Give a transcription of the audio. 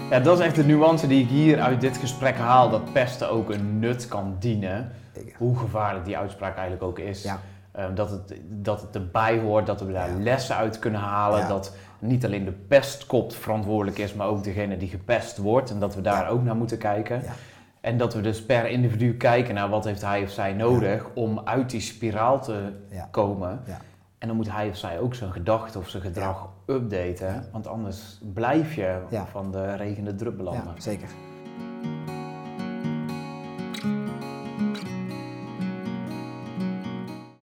Ja, dat is echt de nuance die ik hier uit dit gesprek haal, dat pesten ook een nut kan dienen. Zeker. Hoe gevaarlijk die uitspraak eigenlijk ook is. Ja. Dat het erbij hoort, dat we daar lessen uit kunnen halen. Ja. Dat niet alleen de pestkop verantwoordelijk is, maar ook degene die gepest wordt. En dat we daar ook naar moeten kijken. Ja. En dat we dus per individu kijken naar wat heeft hij of zij nodig om uit die spiraal te komen. Ja. En dan moet hij of zij ook zijn gedachten of zijn gedrag updaten. Want anders blijf je van de regende druppellanden. Ja, zeker.